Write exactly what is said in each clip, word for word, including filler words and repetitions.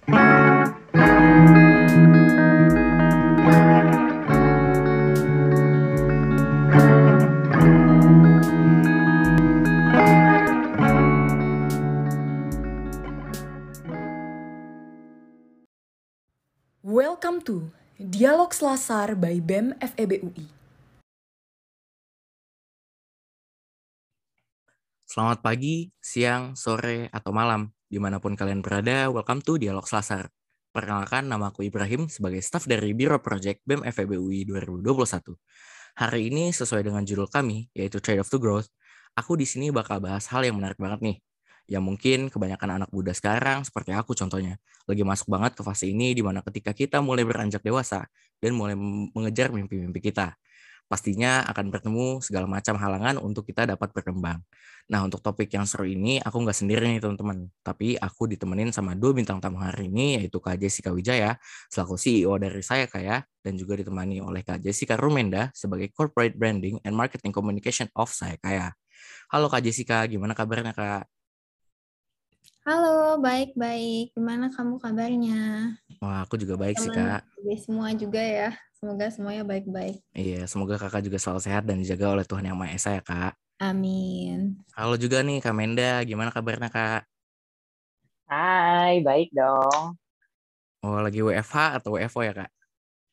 Welcome to Dialog Selasar by B E M F E B U I. Selamat pagi, siang, sore, atau malam. Dimanapun kalian berada, welcome to Dialog Selasar. Perkenalkan, nama aku Ibrahim sebagai staf dari Biro Project B E M F E B U I dua ribu dua puluh satu. Hari ini sesuai dengan judul kami, yaitu Trade-off to Growth, aku di sini bakal bahas hal yang menarik banget nih. Yang mungkin kebanyakan anak muda sekarang, seperti aku contohnya, lagi masuk banget ke fase ini di mana ketika kita mulai beranjak dewasa dan mulai mengejar mimpi-mimpi kita. Pastinya akan bertemu segala macam halangan untuk kita dapat berkembang. Nah, untuk topik yang seru ini, aku nggak sendiri nih teman-teman. Tapi aku ditemenin sama dua bintang tamu hari ini, yaitu Kak Jessica Wijaya, selaku C E O dari Saya Kaya, dan juga ditemani oleh Kak Jessica Rumenda sebagai Corporate Branding and Marketing Communication of Saya Kaya. Halo Kak Jessica, gimana kabarnya Kak? Halo, baik-baik. Gimana kamu kabarnya? Wah, aku juga baik sih Teman Kak. semua juga ya. Semoga semuanya baik-baik. Iya, semoga Kakak juga selalu sehat dan dijaga oleh Tuhan Yang Maha Esa ya Kak. Amin. Halo juga nih Kak Menda, gimana kabarnya Kak? Hai, baik dong. Oh, lagi W F H atau W F O ya Kak?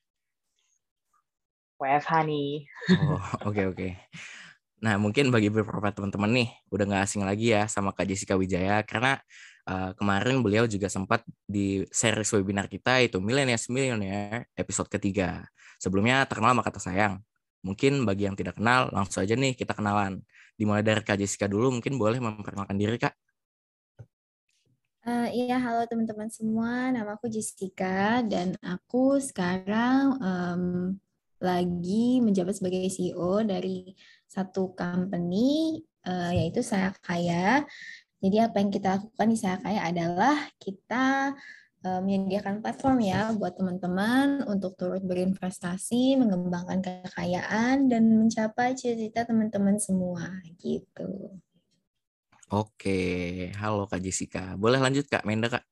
W F H nih. Oh, oke oke. Nah, mungkin bagi beberapa teman-teman nih, udah nggak asing lagi ya sama Kak Jessica Wijaya, karena uh, kemarin beliau juga sempat di series webinar kita, itu Millennials Millionaire, episode ketiga. Sebelumnya terkenal sama kata sayang. Mungkin bagi yang tidak kenal, langsung aja nih kita kenalan. Dimulai dari Kak Jessica dulu, mungkin boleh memperkenalkan diri, Kak. Uh, iya, halo teman-teman semua. Nama aku Jessica dan aku sekarang um, lagi menjabat sebagai C E O dari satu company, uh, yaitu Saya Kaya. Jadi apa yang kita lakukan di Saya Kaya adalah kita uh, menyediakan platform ya buat teman-teman untuk turut berinvestasi, mengembangkan kekayaan, dan mencapai cita-cita teman-teman semua gitu. Oke, halo Kak Jessica. Boleh lanjut Kak Menda, Kak?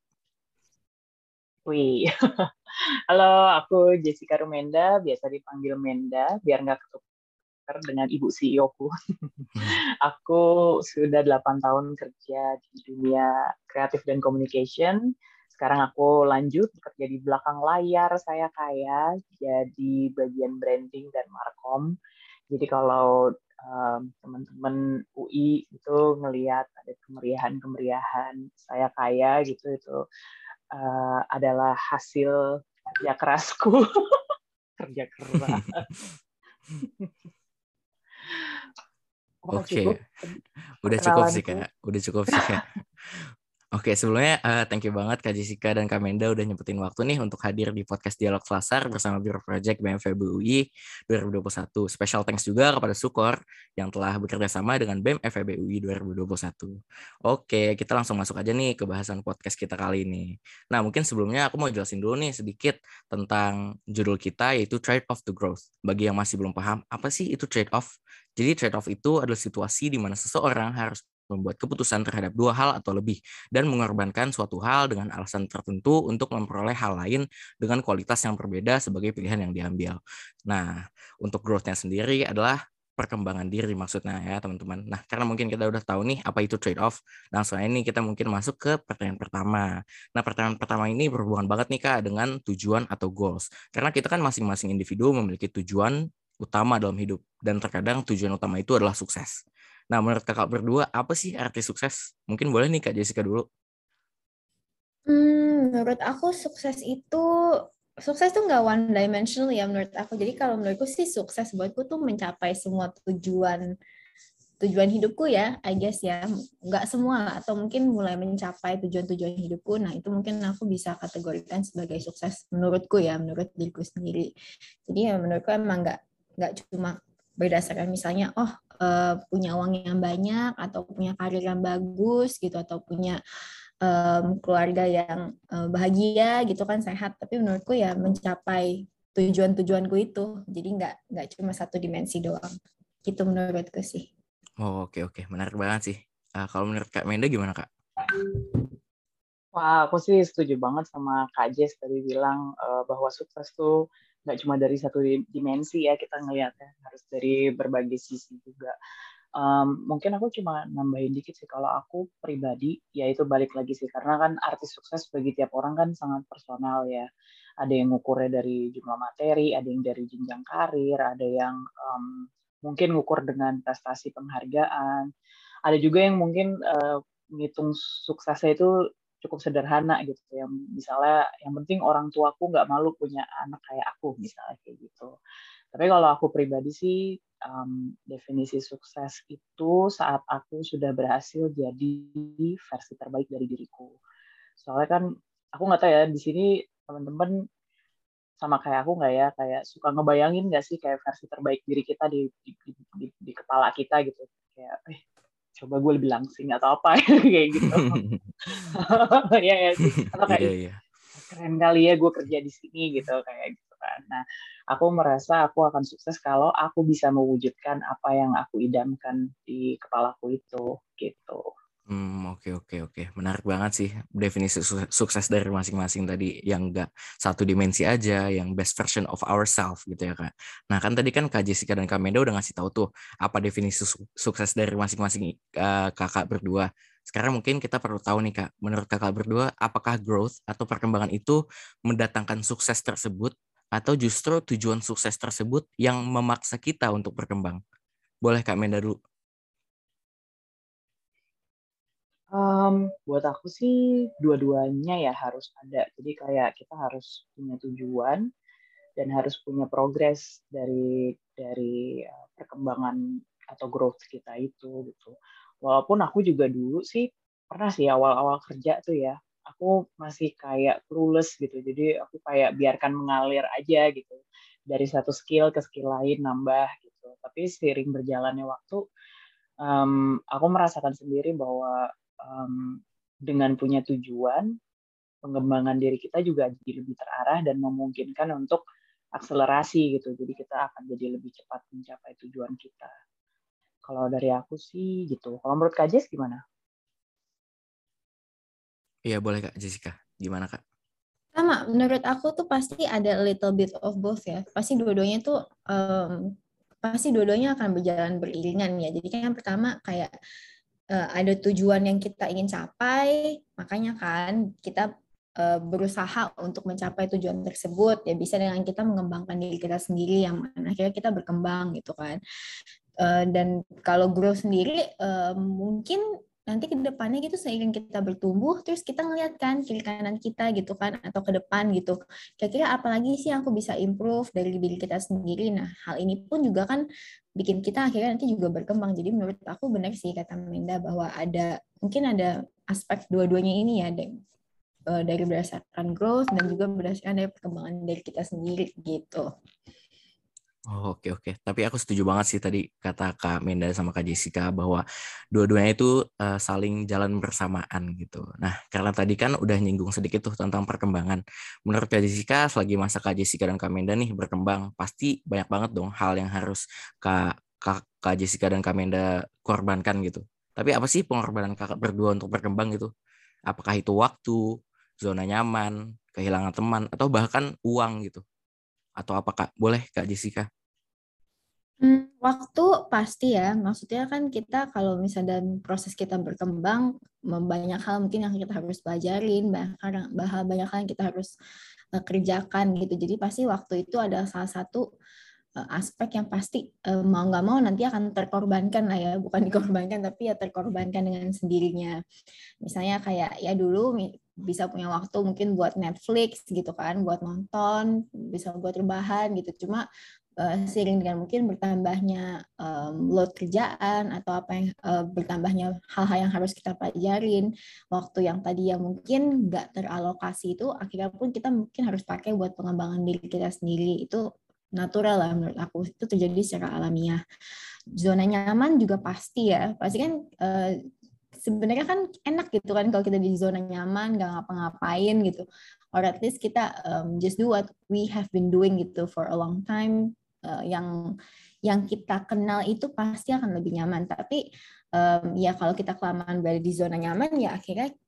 Wih, halo, aku Jessica Rumenda, biasa dipanggil Menda, biar nggak ketukar dengan ibu C E O-ku. Aku sudah delapan tahun kerja di dunia kreatif dan communication. Sekarang aku lanjut bekerja di belakang layar Saya Kaya, jadi bagian branding dan markom. Jadi kalau um, teman-teman U I itu ngelihat ada kemeriahan-kemeriahan Saya Kaya gitu, itu uh, adalah hasil kerja kerasku. kerja keras. Oke, okay. Udah cukup sih Kak, udah cukup sih Kak. Oke, sebelumnya uh, thank you banget Kak Jessica dan Kak Menda udah nyempetin waktu nih untuk hadir di podcast Dialog Selasar bersama Biro Project B E M F E B U I dua ribu dua puluh satu. Special thanks juga kepada Sukor yang telah bekerja sama dengan B E M F E B U I dua ribu dua puluh satu. Oke, kita langsung masuk aja nih ke bahasan podcast kita kali ini. Nah, mungkin sebelumnya aku mau jelasin dulu nih sedikit tentang judul kita, yaitu Trade-off to Growth. Bagi yang masih belum paham, apa sih itu trade-off? Jadi trade-off itu adalah situasi di mana seseorang harus membuat keputusan terhadap dua hal atau lebih dan mengorbankan suatu hal dengan alasan tertentu untuk memperoleh hal lain dengan kualitas yang berbeda sebagai pilihan yang diambil. Nah, untuk growth-nya sendiri adalah perkembangan diri maksudnya ya teman-teman. Nah, karena mungkin kita udah tahu nih apa itu trade-off, langsung aja nih kita mungkin masuk ke pertanyaan pertama. Nah, pertanyaan pertama ini berhubungan banget nih Kak dengan tujuan atau goals. Karena kita kan masing-masing individu memiliki tujuan utama dalam hidup dan terkadang tujuan utama itu adalah sukses. Nah, menurut kakak berdua, apa sih arti sukses? Mungkin boleh nih Kak Jessica dulu. Hmm, menurut aku sukses itu, sukses tuh nggak one dimensional ya menurut aku. Jadi kalau menurutku sih sukses buatku tuh mencapai semua tujuan tujuan hidupku ya, I guess ya. Nggak semua, atau mungkin mulai mencapai tujuan-tujuan hidupku. Nah, itu mungkin aku bisa kategorikan sebagai sukses menurutku ya, menurut diriku sendiri. Jadi ya menurutku emang nggak nggak cuma berdasarkan misalnya oh uh, punya uang yang banyak atau punya karir yang bagus gitu atau punya um, keluarga yang uh, bahagia gitu kan sehat, tapi menurutku ya mencapai tujuan-tujuanku itu, jadi nggak nggak cuma satu dimensi doang gitu menurutku sih. Oh, oke oke, menarik banget sih. Uh, kalau menurut Kak Menda gimana Kak? Wah, aku sih setuju banget sama Kak Jess tadi bilang uh, bahwa sukses tuh nggak cuma dari satu dimensi ya kita ngelihatnya, harus dari berbagai sisi juga. Um, mungkin aku cuma nambahin dikit sih kalau aku pribadi, yaitu balik lagi sih karena kan arti sukses bagi tiap orang kan sangat personal ya. Ada yang ngukurnya dari jumlah materi, ada yang dari jenjang karir, ada yang um, mungkin ngukur dengan prestasi penghargaan, ada juga yang mungkin uh, ngitung suksesnya itu cukup sederhana gitu ya. Misalnya yang penting orang tuaku nggak malu punya anak kayak aku misalnya kayak gitu. Tapi kalau aku pribadi sih um, definisi sukses itu saat aku sudah berhasil jadi versi terbaik dari diriku. Soalnya kan aku nggak tahu ya di sini teman-teman sama kayak aku nggak ya, kayak suka ngebayangin nggak sih kayak versi terbaik diri kita di di, di, di, di kepala kita gitu. Kayak eh coba gue lebih langsing atau apa kayak gitu. Ya ya sih. Atau kayak Iya, iya. keren kali ya gue kerja di sini gitu kayak gitu kan. Nah, aku merasa aku akan sukses kalau aku bisa mewujudkan apa yang aku idamkan di kepalaku itu gitu. Hmm, oke oke oke. Menarik banget sih definisi su- sukses dari masing-masing tadi yang enggak satu dimensi aja, yang best version of ourselves gitu ya Kak. Nah kan tadi kan Kak Jessica dan Kak Menda udah ngasih tahu tuh apa definisi su- sukses dari masing-masing uh, kakak berdua. Sekarang mungkin kita perlu tahu nih Kak, menurut kakak berdua apakah growth atau perkembangan itu mendatangkan sukses tersebut atau justru tujuan sukses tersebut yang memaksa kita untuk berkembang? Boleh Kak Menda dulu. Um, buat aku sih dua-duanya ya harus ada. Jadi kayak kita harus punya tujuan dan harus punya progres dari dari uh, perkembangan atau growth kita itu gitu. Walaupun aku juga dulu sih pernah sih awal-awal kerja tuh ya, aku masih kayak clueless gitu. Jadi aku kayak biarkan mengalir aja gitu. Dari satu skill ke skill lain nambah gitu. Tapi seiring berjalannya waktu, um, aku merasakan sendiri bahwa um, dengan punya tujuan, pengembangan diri kita juga jadi lebih terarah dan memungkinkan untuk akselerasi gitu. Jadi kita akan jadi lebih cepat mencapai tujuan kita. Kalau dari aku sih gitu. Kalau menurut Kak Jess gimana? Iya boleh Kak Jessica. Gimana Kak? Sama, menurut aku tuh pasti ada a little bit of both ya. Pasti dua-duanya tuh um, pasti dua-duanya akan berjalan beriringan ya. Jadi kan yang pertama kayak uh, ada tujuan yang kita ingin capai, makanya kan kita uh, berusaha untuk mencapai tujuan tersebut. Ya bisa dengan kita mengembangkan diri kita sendiri yang mana akhirnya kita berkembang gitu kan. Uh, dan kalau growth sendiri uh, mungkin nanti ke depannya gitu seiring kita bertumbuh terus kita ngeliat kan kiri kanan kita gitu kan atau ke depan gitu kira-kira apa lagi sih yang aku bisa improve dari diri kita sendiri. Nah hal ini pun juga kan bikin kita akhirnya nanti juga berkembang. Jadi menurut aku benar sih kata Menda bahwa ada mungkin ada aspek dua-duanya ini ya deh, dari berdasarkan growth dan juga berdasarkan dari perkembangan dari kita sendiri gitu. Oh, oke oke. Tapi aku setuju banget sih tadi kata Kak Menda sama Kak Jessica bahwa dua-duanya itu uh, saling jalan bersamaan gitu. Nah, karena tadi kan udah nyinggung sedikit tuh tentang perkembangan. Menurut Kak Jessica, selagi masa Kak Jessica dan Kak Menda nih berkembang, pasti banyak banget dong hal yang harus Kak, Kak, Kak Jessica dan Kak Menda korbankan gitu. Tapi apa sih pengorbanan kakak berdua untuk berkembang gitu? Apakah itu waktu, zona nyaman, kehilangan teman, atau bahkan uang gitu? Atau apa Kak? Boleh Kak Jessica? Hmm, waktu pasti ya, maksudnya kan kita kalau misalnya dalam proses kita berkembang, banyak hal mungkin yang kita harus pelajarin, bahkan banyak hal yang kita harus uh, kerjakan gitu. Jadi pasti waktu itu adalah salah satu uh, aspek yang pasti uh, mau nggak mau nanti akan terkorbankan lah ya, bukan dikorbankan tapi ya terkorbankan dengan sendirinya. Misalnya kayak ya dulu bisa punya waktu mungkin buat Netflix gitu kan, buat nonton, bisa buat rebahan gitu. Cuma uh, seiring dengan mungkin bertambahnya um, load kerjaan atau apa yang uh, bertambahnya hal-hal yang harus kita pelajarin, waktu yang tadi yang mungkin nggak teralokasi itu akhirnya pun kita mungkin harus pakai buat pengembangan diri kita sendiri. Itu natural lah menurut aku, itu terjadi secara alamiah. Zona nyaman juga pasti ya, pasti kan uh, sebenarnya kan enak gitu kan kalau kita di zona nyaman nggak ngapa-ngapain gitu, or at least kita um, just do what we have been doing gitu for a long time. Uh, yang yang kita kenal itu pasti akan lebih nyaman. Tapi um, ya kalau kita kelamaan berada di zona nyaman ya akhirnya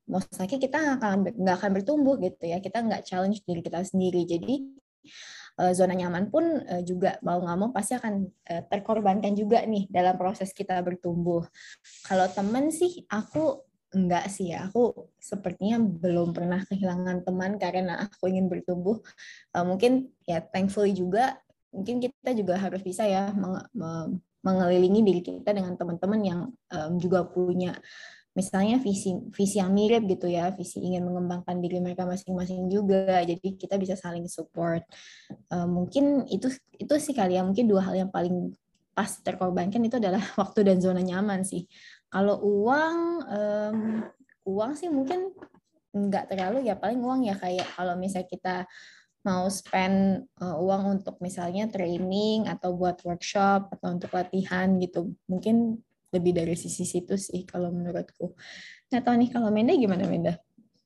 most likely kita nggak akan nggak akan bertumbuh gitu ya, kita nggak challenge diri kita sendiri. Jadi uh, zona nyaman pun uh, juga mau nggak mau pasti akan uh, terkorbankan juga nih dalam proses kita bertumbuh. Kalau teman sih aku enggak sih ya, aku sepertinya belum pernah kehilangan teman karena aku ingin bertumbuh. Uh, mungkin ya thankfully juga, mungkin kita juga harus bisa ya meng- meng- mengelilingi diri kita dengan teman-teman yang um, juga punya misalnya visi visi yang mirip gitu ya, visi ingin mengembangkan diri mereka masing-masing juga. Jadi kita bisa saling support. Uh, mungkin itu itu sih kali ya, mungkin dua hal yang paling pas terkorbankan itu adalah waktu dan zona nyaman sih. Kalau uang, um, uang sih mungkin nggak terlalu ya, paling uang ya kayak kalau misalnya kita mau spend uh, uang untuk misalnya training atau buat workshop atau untuk latihan gitu, mungkin lebih dari sisi situ sih kalau menurutku. Nggak tahu nih kalau Menda gimana, Menda?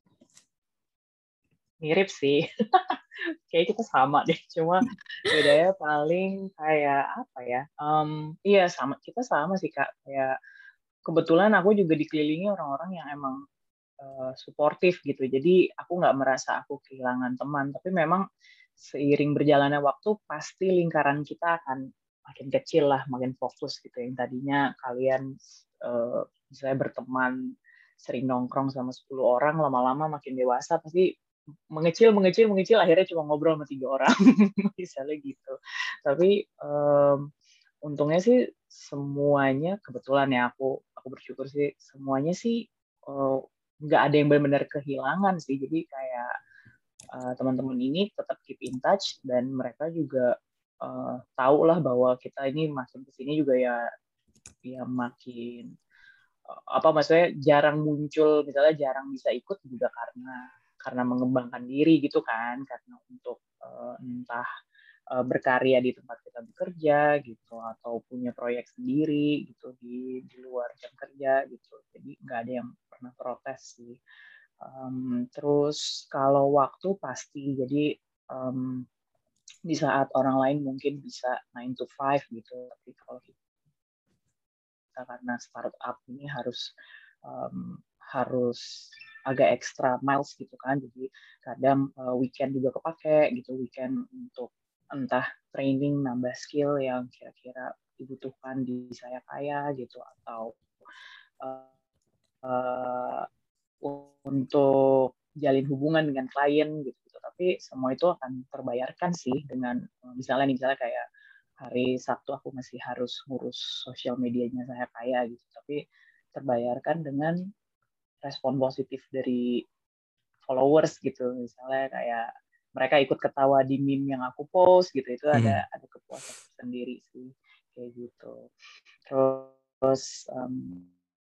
Mirip sih. Kayak kita sama deh, cuma bedanya paling kayak apa ya? Um, iya sama, kita sama sih Kak. Kayak kebetulan aku juga dikelilingi orang-orang yang emang uh, suportif gitu. Jadi aku nggak merasa aku kehilangan teman, tapi memang seiring berjalannya waktu pasti lingkaran kita akan makin kecil lah, makin fokus gitu. Yang tadinya kalian uh, misalnya berteman, sering nongkrong sama sepuluh orang, lama-lama makin dewasa pasti mengecil, mengecil, mengecil, akhirnya cuma ngobrol sama tiga orang, misalnya gitu. Tapi um, untungnya sih semuanya, kebetulan ya aku aku bersyukur sih semuanya sih uh, nggak ada yang benar-benar kehilangan sih. Jadi kayak uh, teman-teman ini tetap keep in touch dan mereka juga uh, tahu lah bahwa kita ini makin kesini juga ya ya makin uh, apa maksudnya jarang muncul, misalnya jarang bisa ikut juga karena karena mengembangkan diri gitu kan, karena untuk uh, entah uh, berkarya di tempat kita bekerja gitu atau punya proyek sendiri gitu di di luar jam kerja gitu. Jadi nggak ada yang pernah protes sih. Um, terus kalau waktu pasti, jadi um, di saat orang lain mungkin bisa nine to five gitu, tapi kalau kita karena startup ini harus um, harus agak ekstra miles gitu kan, jadi kadang uh, weekend juga kepake gitu, weekend untuk entah training nambah skill yang kira-kira dibutuhkan di saya kaya gitu, atau uh, uh, untuk jalin hubungan dengan klien gitu, gitu. Tapi semua itu akan terbayarkan sih dengan misalnya nih, misalnya kayak hari Sabtu aku masih harus ngurus sosial medianya saya kaya gitu, tapi terbayarkan dengan respon positif dari followers gitu, misalnya kayak mereka ikut ketawa di meme yang aku post gitu, itu ada hmm. ada kepuasan sendiri sih kayak gitu. Terus um,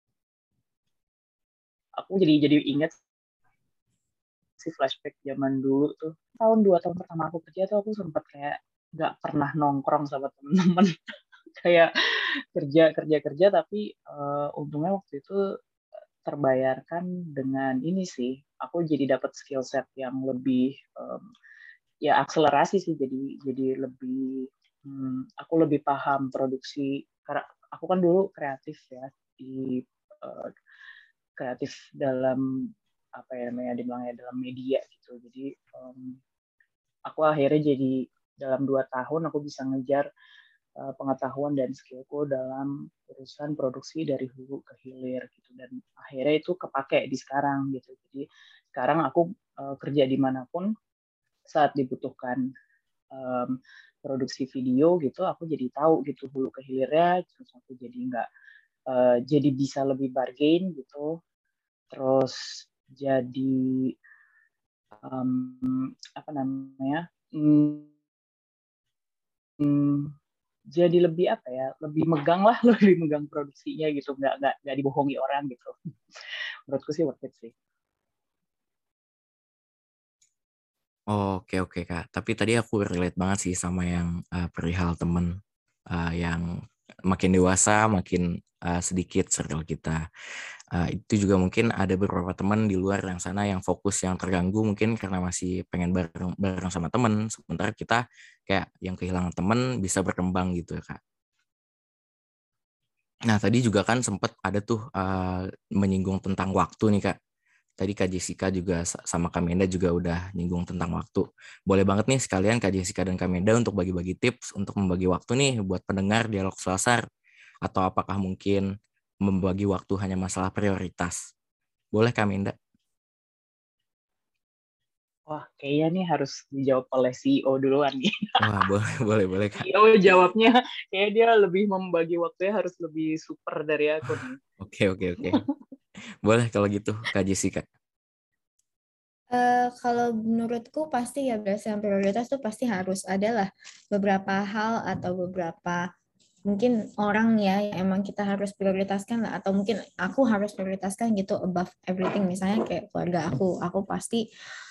aku jadi jadi ingat si flashback zaman dulu tuh, tahun dua tahun pertama aku kerja tuh aku sempat kayak nggak pernah nongkrong sama temen-temen kayak kerja kerja kerja tapi uh, untungnya waktu itu terbayarkan dengan ini sih, aku jadi dapat skill set yang lebih um, ya akselerasi sih, jadi jadi lebih hmm, aku lebih paham produksi, karena aku kan dulu kreatif ya, di uh, kreatif dalam apa ya namanya dibilangnya dalam media gitu, jadi um, aku akhirnya jadi dalam dua tahun aku bisa ngejar uh, pengetahuan dan skillku dalam urusan produksi dari hulu ke hilir gitu, dan akhirnya itu kepake di sekarang gitu. Jadi sekarang aku uh, kerja dimanapun saat dibutuhkan um, produksi video gitu, aku jadi tahu gitu hulu ke hilirnya, terus aku jadi nggak uh, jadi bisa lebih bargain gitu, terus jadi um, apa namanya hmm, hmm, jadi lebih apa ya, lebih megang lah, lebih megang produksinya gitu, nggak nggak nggak dibohongi orang gitu. Menurutku sih worth it sih. Oke oke Kak, tapi tadi aku relate banget sih sama yang uh, perihal temen uh, yang makin dewasa makin uh, sedikit circle kita. Uh, itu juga mungkin ada beberapa teman di luar yang sana yang fokus yang terganggu mungkin karena masih pengen bareng bareng sama temen, sementara kita kayak yang kehilangan temen bisa berkembang gitu ya Kak. Nah tadi juga kan sempat ada tuh uh, menyinggung tentang waktu nih Kak. tadi Kak Jessica juga sama Kak Menda juga udah nyinggung tentang waktu. Boleh banget nih sekalian Kak Jessica dan Kak Menda untuk bagi-bagi tips untuk membagi waktu nih buat pendengar Dialog Selasar. Atau apakah mungkin membagi waktu hanya masalah prioritas? Boleh Kak Menda? Wah, kayaknya nih harus dijawab oleh C E O duluan nih. Wah, boleh, boleh, boleh Kak. C E O jawabnya, kayaknya dia lebih membagi waktunya harus lebih super dari aku nih. Oke, oke, oke. Boleh kalau gitu, Kak Jessica. Uh, kalau menurutku pasti ya berdasarkan prioritas tuh pasti harus adalah beberapa hal atau beberapa mungkin orang ya yang emang kita harus prioritaskan lah, atau mungkin aku harus prioritaskan gitu above everything. Misalnya kayak keluarga aku, aku pasti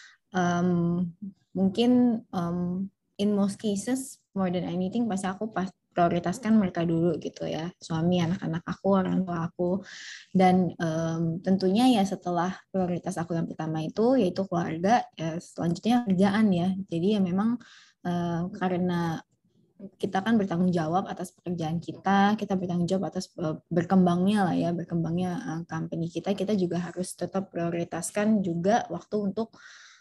um, mungkin um, in most cases more than anything pasti aku pas prioritaskan mereka dulu gitu ya, suami, anak-anak aku, orang tua aku. Dan um, tentunya ya setelah prioritas aku yang pertama itu yaitu keluarga, ya selanjutnya kerjaan ya. Jadi ya memang uh, karena kita kan bertanggung jawab atas pekerjaan kita, kita bertanggung jawab atas uh, berkembangnya lah ya, berkembangnya uh, company kita, kita juga harus tetap prioritaskan juga waktu untuk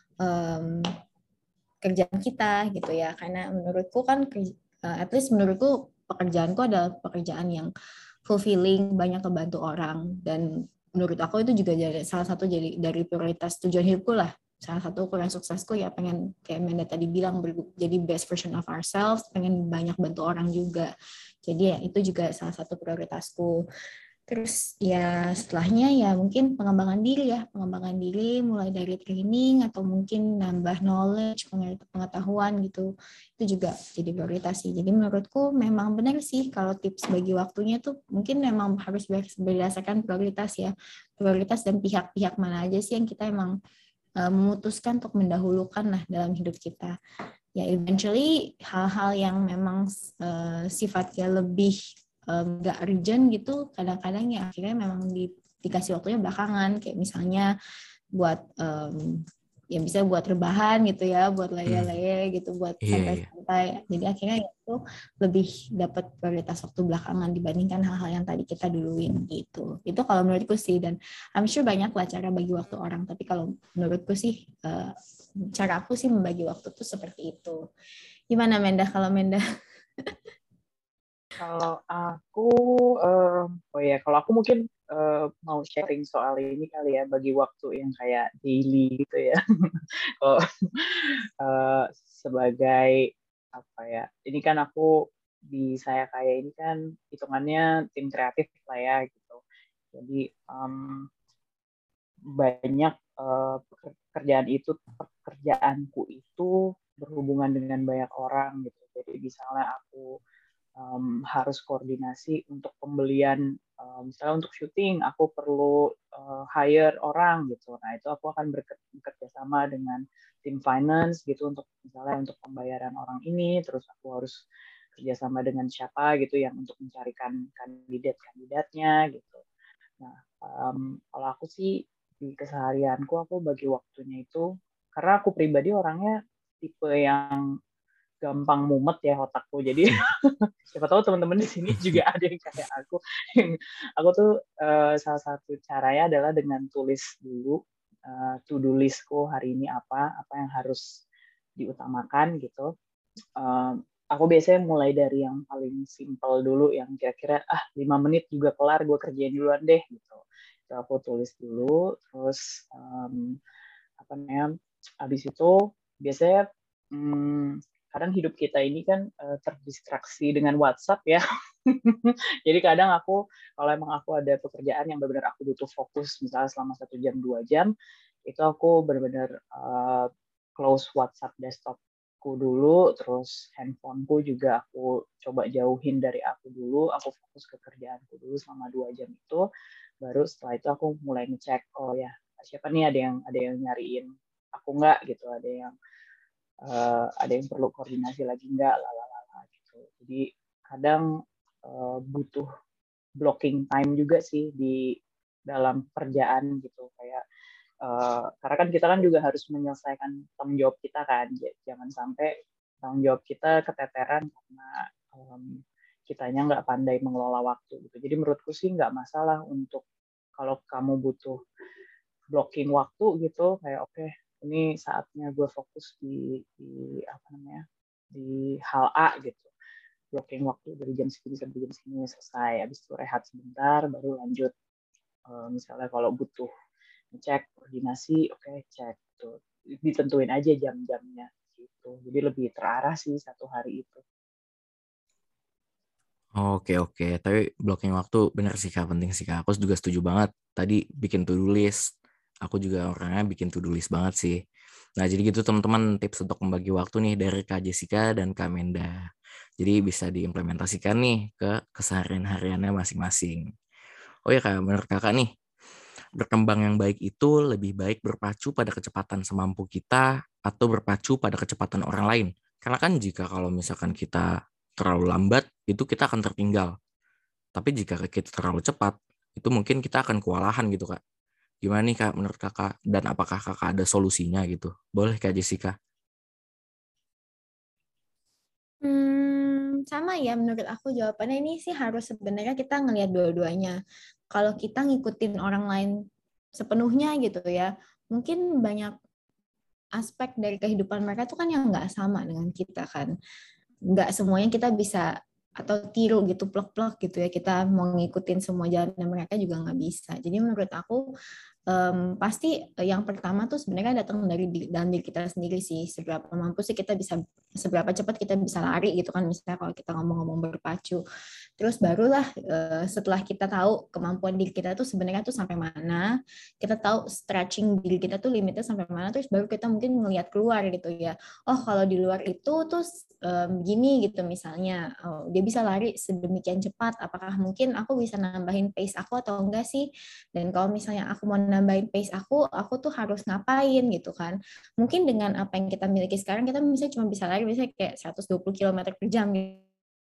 um, kerjaan kita gitu ya. Karena menurutku kan uh, at least menurutku pekerjaanku adalah pekerjaan yang fulfilling, banyak kebantu orang, dan menurut aku itu juga jadi salah satu jadi dari prioritas tujuan hidupku lah. Salah satu ukuran suksesku ya pengen kayak Menda tadi bilang jadi best version of ourselves, pengen banyak bantu orang juga. Jadi ya itu juga salah satu prioritasku. Terus ya setelahnya ya mungkin pengembangan diri ya, pengembangan diri mulai dari training atau mungkin nambah knowledge, pengetahuan gitu. Itu juga jadi prioritas sih. Jadi menurutku memang benar sih kalau tips bagi waktunya tuh mungkin memang harus berdasarkan prioritas ya. Prioritas dan pihak-pihak mana aja sih yang kita emang uh, memutuskan untuk mendahulukan lah dalam hidup kita. Ya eventually hal-hal yang memang uh, sifatnya lebih nggak um, urgent gitu, kadang-kadang ya akhirnya memang di, dikasih waktunya belakangan, kayak misalnya buat um, ya bisa buat rebahan gitu ya, buat leye-leye gitu, buat santai-santai. Yeah, yeah. Jadi akhirnya itu lebih dapat prioritas waktu belakangan dibandingkan hal-hal yang tadi kita duluin gitu. Itu kalau menurutku sih, dan I'm sure banyak lah cara bagi waktu orang, tapi kalau menurutku sih uh, cara aku sih membagi waktu tuh seperti itu. Gimana Menda kalau Menda? Kalau aku, uh, oh ya, kalau aku mungkin uh, mau sharing soal ini kali ya, bagi waktu yang kayak daily gitu ya. Kalau uh, sebagai apa ya, ini kan aku di saya kayak ini kan hitungannya tim kreatif lah ya gitu. Jadi um, banyak uh, pekerjaan itu, pekerjaanku itu berhubungan dengan banyak orang gitu. Jadi misalnya aku Um, harus koordinasi untuk pembelian, um, misalnya untuk syuting aku perlu uh, hire orang gitu. Nah itu aku akan bekerja sama dengan tim finance gitu untuk misalnya untuk pembayaran orang ini. Terus aku harus kerjasama dengan siapa gitu yang untuk mencarikan kandidat-kandidatnya gitu. Nah um, kalau aku sih di keseharianku aku bagi waktunya itu karena aku pribadi orangnya tipe yang gampang mumet ya otakku. Jadi siapa tahu teman-teman di sini juga ada yang kayak aku. Aku tuh uh, salah satu caranya adalah dengan tulis dulu uh, to-do listku hari ini apa, apa yang harus diutamakan gitu. Uh, aku biasanya mulai dari yang paling simple dulu, yang kira-kira ah lima menit juga kelar, gue kerjain duluan deh gitu. Itu aku tulis dulu, terus um, apa namanya, habis itu biasanya hmm, kadang hidup kita ini kan uh, terdistraksi dengan WhatsApp ya. Jadi kadang aku, kalau emang aku ada pekerjaan yang benar-benar aku butuh fokus, misalnya selama satu jam, dua jam, itu aku benar-benar uh, close WhatsApp desktopku dulu, terus handphoneku juga aku coba jauhin dari aku dulu, aku fokus ke kerjaanku dulu selama dua jam itu, baru setelah itu aku mulai ngecek, oh ya, siapa nih ada yang ada yang nyariin aku nggak gitu, ada yang Uh, ada yang perlu koordinasi lagi nggak, lalala gitu. Jadi kadang uh, butuh blocking time juga sih di dalam kerjaan gitu, kayak uh, karena kan kita kan juga harus menyelesaikan tanggung jawab kita kan, jangan sampai tanggung jawab kita keteteran karena um, kitanya nggak pandai mengelola waktu gitu. Jadi menurutku sih nggak masalah untuk kalau kamu butuh blocking waktu gitu, kayak oke okay, ini saatnya gue fokus di, di apa namanya di hal A gitu, blocking waktu dari jam segini sampai jam segini selesai, habis itu rehat sebentar baru lanjut. Uh, misalnya kalau butuh ngecek koordinasi, oke okay, cek tuh, ditentuin aja jam-jamnya gitu, jadi lebih terarah sih satu hari itu. Oke oke, tapi blocking waktu bener sih Kak, penting sih Kak. Aku juga setuju banget. Tadi bikin to-do list, aku juga orangnya bikin to-do list banget sih. Nah jadi gitu teman-teman tips untuk membagi waktu nih dari Kak Jessica dan Kak Menda. Jadi bisa diimplementasikan nih ke keseharian hariannya masing-masing. Oh ya Kak, menurut Kakak nih, berkembang yang baik itu lebih baik berpacu pada kecepatan semampu kita atau berpacu pada kecepatan orang lain. Karena kan jika kalau misalkan kita terlalu lambat, itu kita akan tertinggal. Tapi jika kita terlalu cepat, itu mungkin kita akan kewalahan gitu, Kak. Gimana nih, Kak, menurut Kakak? Dan apakah Kakak ada solusinya gitu? Boleh, Kak Jessica? Hmm, sama ya menurut aku jawabannya ini sih harus sebenarnya kita ngelihat dua-duanya. Kalau kita ngikutin orang lain sepenuhnya gitu ya, mungkin banyak aspek dari kehidupan mereka tuh kan yang nggak sama dengan kita kan. Nggak semuanya kita bisa atau tiru gitu plek-plek gitu ya, kita mau ngikutin semua jalan mereka juga nggak bisa. Jadi menurut aku um, pasti yang pertama tuh sebenarnya datang dari dalam diri kita sendiri sih, seberapa mampu sih kita bisa, seberapa cepat kita bisa lari gitu kan, misalnya kalau kita ngomong-ngomong berpacu. Terus barulah uh, setelah kita tahu kemampuan diri kita tuh sebenarnya tuh sampai mana, kita tahu stretching diri kita tuh limitnya sampai mana, terus baru kita mungkin ngelihat keluar gitu ya. Oh kalau di luar itu tuh um, gini gitu misalnya, oh, dia bisa lari sedemikian cepat, apakah mungkin aku bisa nambahin pace aku atau enggak sih? Dan kalau misalnya aku mau nambahin pace aku, aku tuh harus ngapain gitu kan? Mungkin dengan apa yang kita miliki sekarang, kita misalnya cuma bisa lari misalnya kayak seratus dua puluh kilometer per jam gitu.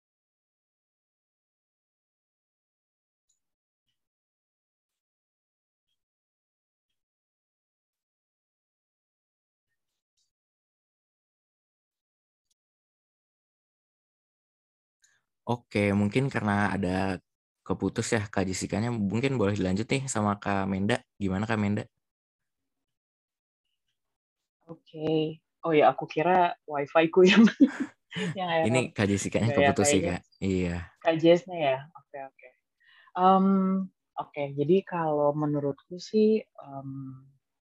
Oke, mungkin karena ada keputus ya Kak Jessica-nya, mungkin boleh dilanjut nih sama Kak Menda. Gimana Kak Menda? Oke, okay. Oh ya aku kira wifi ku yang yang Ini error. Kak Jessica-nya Enggak ya keputus sih kayaknya Kak. Iya. Kak Jess-nya ya. Oke okay, oke. Okay. Um, oke, okay. Jadi kalau menurutku sih um,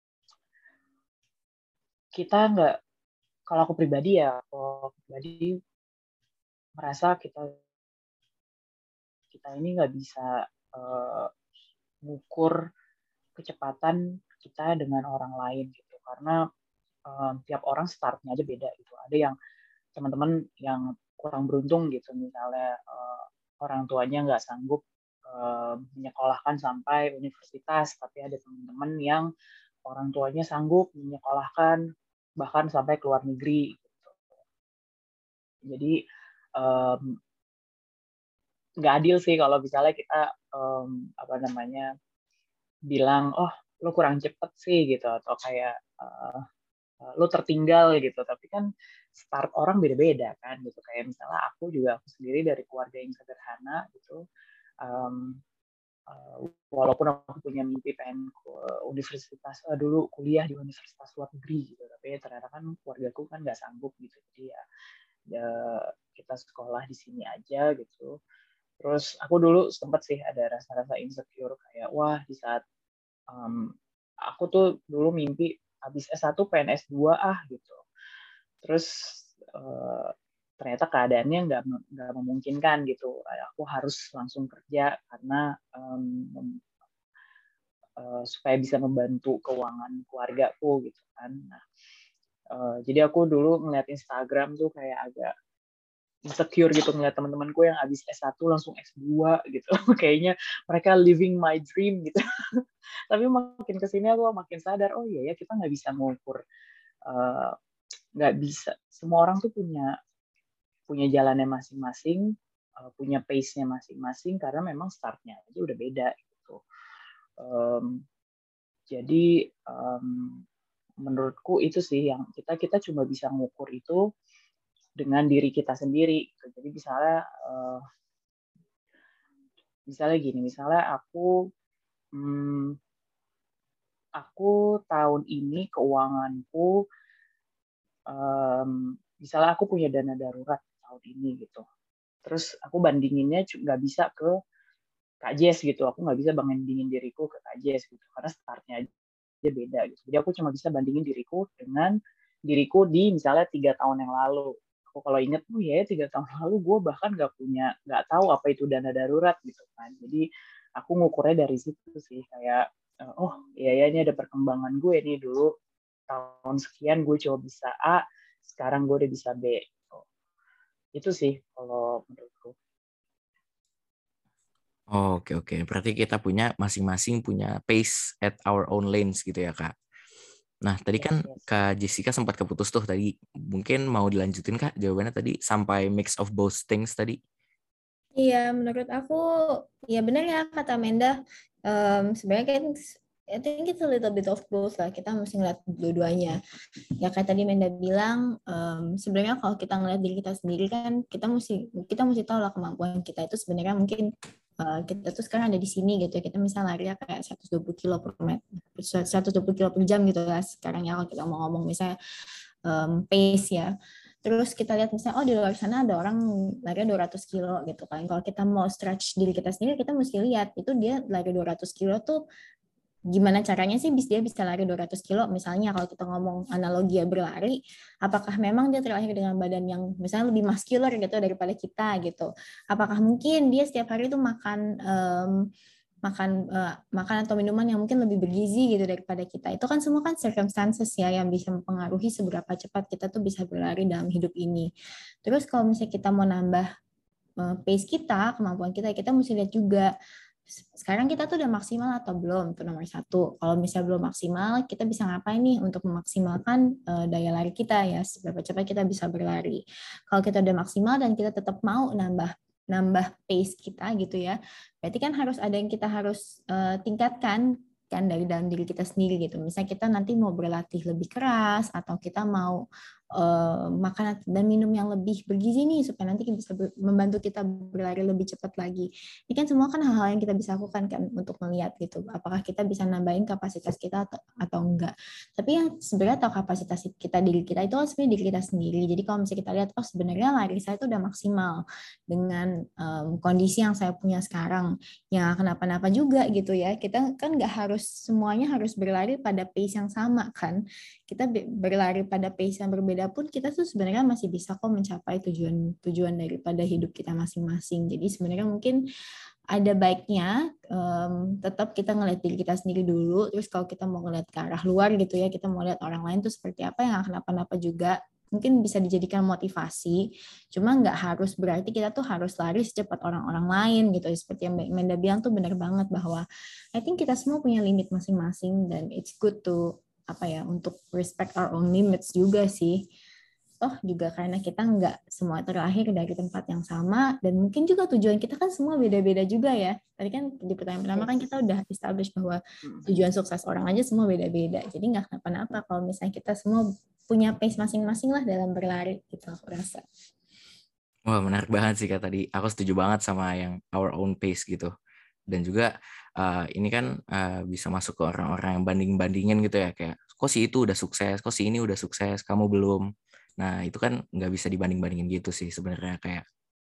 kita nggak, kalau aku pribadi ya, kalau aku pribadi merasa kita kita ini nggak bisa uh, mengukur kecepatan kita dengan orang lain gitu, karena um, tiap orang startnya aja beda gitu. Ada yang teman-teman yang kurang beruntung gitu, misalnya uh, orang tuanya nggak sanggup uh, menyekolahkan sampai universitas, tapi ada teman-teman yang orang tuanya sanggup menyekolahkan bahkan sampai ke luar negeri gitu. Jadi um, nggak adil sih kalau misalnya kita um, apa namanya bilang oh lo kurang cepet sih gitu, atau kayak uh, lo tertinggal gitu, tapi kan start orang beda-beda kan gitu. Kayak misalnya aku juga, aku sendiri dari keluarga yang sederhana gitu, um, uh, walaupun aku punya mimpi pengen ke universitas, uh, dulu kuliah di universitas luar negeri gitu, tapi ternyata kan keluargaku kan nggak sanggup gitu, jadi ya, ya kita sekolah di sini aja gitu. Terus aku dulu sempat sih ada rasa-rasa insecure kayak wah di saat um, aku tuh dulu mimpi habis S satu pengen S dua ah gitu. Terus uh, ternyata keadaannya nggak nggak memungkinkan gitu. Aku harus langsung kerja karena um, uh, supaya bisa membantu keuangan keluargaku gitu kan. Nah, uh, jadi aku dulu ngeliat Instagram tuh kayak agak insecure gitu ngeliat teman-temanku yang habis S satu langsung S dua gitu. Kayaknya mereka living my dream gitu. Tapi makin kesini aku makin sadar, oh iya ya kita nggak bisa mengukur, nggak uh, bisa. Semua orang tuh punya punya jalannya masing-masing, uh, punya pace-nya masing-masing, karena memang startnya aja udah beda gitu. Um, jadi um, menurutku itu sih yang kita kita cuma bisa mengukur itu dengan diri kita sendiri. Jadi misalnya uh, misalnya gini, misalnya aku hmm, aku tahun ini keuanganku, um, misalnya aku punya dana darurat tahun ini gitu. Terus aku bandinginnya nggak bisa ke Kak Jess gitu. Aku nggak bisa bandingin diriku ke Kak Jess gitu. Karena startnya aja beda gitu. Jadi aku cuma bisa bandingin diriku dengan diriku di misalnya tiga tahun yang lalu. Aku kalau inget, oh ya tiga tahun lalu gue bahkan nggak punya, nggak tahu apa itu dana darurat gitu kan. Jadi aku ngukurnya dari situ sih. Kayak, oh iya ya ini ada perkembangan gue nih dulu. Tahun sekian gue coba bisa A, sekarang gue udah bisa B. Itu sih kalau menurutku. Oh, oke oke. Berarti kita punya masing-masing punya pace at our own lanes gitu ya, Kak. Nah, tadi Yes, kan yes. Kak Jessica sempat keputus tuh tadi. Mungkin mau dilanjutin, Kak, jawabannya tadi sampai mix of both things tadi. Iya, menurut aku ya benar ya kata Menda. Um, sebenarnya kan I think it's a little bit of both lah. Kita mesti ngeliat dua-duanya. Ya kayak tadi Menda bilang, um, sebenarnya kalau kita ngeliat diri kita sendiri kan, kita mesti kita mesti tahu lah kemampuan kita itu sebenarnya mungkin uh, kita tuh sekarang ada di sini gitu ya. Kita misalnya lari kayak seratus dua puluh kilo per meter, seratus dua puluh kilo per jam gitu lah sekarang ya kalau kita mau ngomong misalnya um, pace ya. Terus kita lihat misalnya, oh di luar sana ada orang lari dua ratus kilo gitu kan. Kalau kita mau stretch diri kita sendiri, kita mesti lihat itu dia lari dua ratus kilo tuh gimana caranya sih dia bisa lari dua ratus kilo. Misalnya kalau kita ngomong analogi ya berlari, apakah memang dia terlahir dengan badan yang misalnya lebih muscular gitu daripada kita gitu. Apakah mungkin dia setiap hari itu makan um, makan uh, makan atau minuman yang mungkin lebih bergizi gitu daripada kita. Itu kan semua kan circumstances ya yang bisa mempengaruhi seberapa cepat kita tuh bisa berlari dalam hidup ini. Terus kalau misalnya kita mau nambah uh, pace kita, kemampuan kita, kita mesti lihat juga sekarang kita tuh udah maksimal atau belum, itu nomor satu. Kalau misalnya belum maksimal, kita bisa ngapain nih untuk memaksimalkan uh, daya lari kita ya, seberapa cepat kita bisa berlari. Kalau kita udah maksimal dan kita tetap mau nambah nambah pace kita gitu ya, berarti kan harus ada yang kita harus uh, tingkatkan kan dari dalam diri kita sendiri gitu. Misalnya kita nanti mau berlatih lebih keras atau kita mau uh, makan dan minum yang lebih bergizi nih supaya nanti bisa ber- membantu kita berlari lebih cepat lagi. Ini kan semua kan hal-hal yang kita bisa lakukan kan untuk melihat gitu. Apakah kita bisa nambahin kapasitas kita atau, atau enggak. Tapi yang sebenarnya tahu kapasitas kita diri kita itu kan sebenarnya diri kita sendiri. Jadi kalau misalnya kita lihat, oh sebenarnya lari saya itu udah maksimal dengan um, kondisi yang saya punya sekarang. Ya kenapa-napa juga gitu ya. Kita kan nggak harus semuanya harus berlari pada pace yang sama kan. Kita berlari pada pace yang berbeda pun kita tuh sebenarnya masih bisa kok mencapai tujuan tujuan daripada hidup kita masing-masing. Jadi sebenarnya mungkin ada baiknya um, tetap kita ngeliat diri kita sendiri dulu. Terus kalau kita mau ngeliat ke arah luar gitu ya, kita mau lihat orang lain tuh seperti apa yang kenapa-napa juga. Mungkin bisa dijadikan motivasi, cuma nggak harus berarti kita tuh harus lari secepat orang-orang lain gitu. Seperti yang Mbak Menda bilang tuh benar banget bahwa I think kita semua punya limit masing-masing dan it's good to apa ya untuk respect our own limits juga sih. Oh juga karena kita nggak semua terlahir dari tempat yang sama dan mungkin juga tujuan kita kan semua beda-beda juga ya. Tadi kan di pertanyaan pertama kan kita udah establish bahwa tujuan sukses orang aja semua beda-beda. Jadi nggak kenapa-napa kalau misalnya kita semua punya pace masing-masing lah dalam berlari gitu aku rasa. Wah, menarik banget sih Kak tadi. Aku setuju banget sama yang our own pace gitu. Dan juga uh, ini kan uh, bisa masuk ke orang-orang yang banding-bandingin gitu ya. Kayak, kok si itu udah sukses, kok si ini udah sukses, kamu belum. Nah, itu kan nggak bisa dibanding-bandingin gitu sih sebenarnya kayak.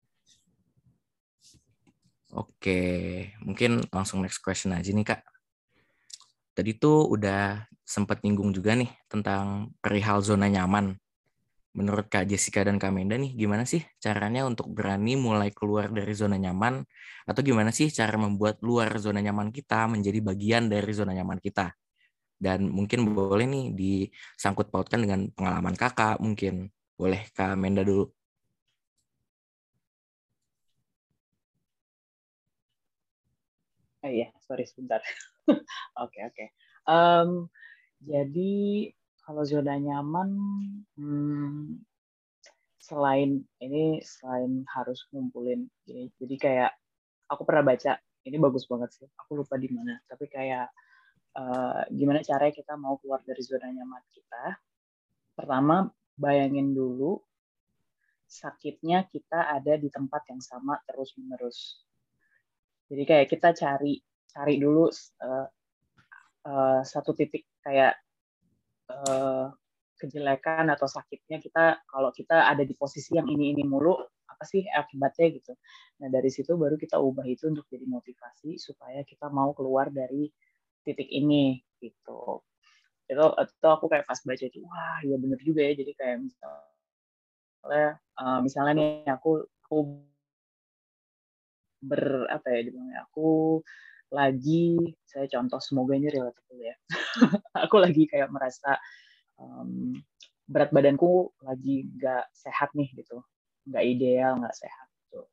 Oke, mungkin langsung next question aja nih Kak. Tadi tuh udah sempat nyinggung juga nih tentang perihal zona nyaman. Menurut Kak Jessica dan Kak Menda nih, gimana sih caranya untuk berani mulai keluar dari zona nyaman? Atau gimana sih cara membuat luar zona nyaman kita menjadi bagian dari zona nyaman kita? Dan mungkin boleh nih disangkut pautkan dengan pengalaman kakak mungkin. Boleh Kak Menda dulu. Oh iya, sorry sebentar. Oke, oke. Um, jadi kalau zona nyaman, hmm, selain ini selain harus ngumpulin, jadi, jadi kayak aku pernah baca, ini bagus banget sih. Aku lupa di mana, tapi kayak uh, gimana caranya kita mau keluar dari zona nyaman kita. Pertama, bayangin dulu sakitnya kita ada di tempat yang sama terus-menerus. Jadi kayak kita cari cari dulu uh, uh, satu titik kayak uh, kejelekan atau sakitnya kita kalau kita ada di posisi yang ini ini mulu, apa sih akibatnya gitu. Nah dari situ baru kita ubah itu untuk jadi motivasi supaya kita mau keluar dari titik ini gitu. Itu, itu aku kayak pas baca itu, wah ya bener juga ya. Jadi kayak misalnya, uh, misalnya nih aku aku ber apa ya dibilangnya aku lagi, saya contoh semoga ini relatable ya. Aku lagi kayak merasa um, berat badanku lagi nggak sehat nih gitu, nggak ideal, nggak sehat gitu.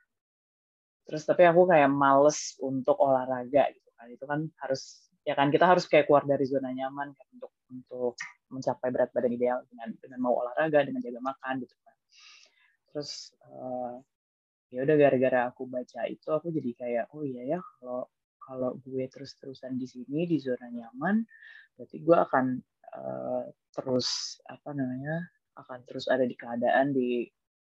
Terus tapi aku kayak males untuk olahraga gitu kan, itu kan harus ya kan kita harus kayak keluar dari zona nyaman kan untuk untuk mencapai berat badan ideal dengan dengan mau olahraga, dengan jaga makan gitu kan. Terus uh, ya udah gara-gara aku baca itu aku jadi kayak oh iya ya kalau kalau gue terus-terusan di sini di zona nyaman berarti gue akan uh, terus apa namanya akan terus ada di keadaan di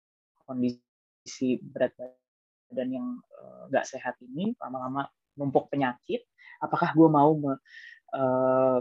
kondisi berat badan yang nggak uh, sehat ini lama-lama numpuk penyakit. Apakah gue mau me, uh,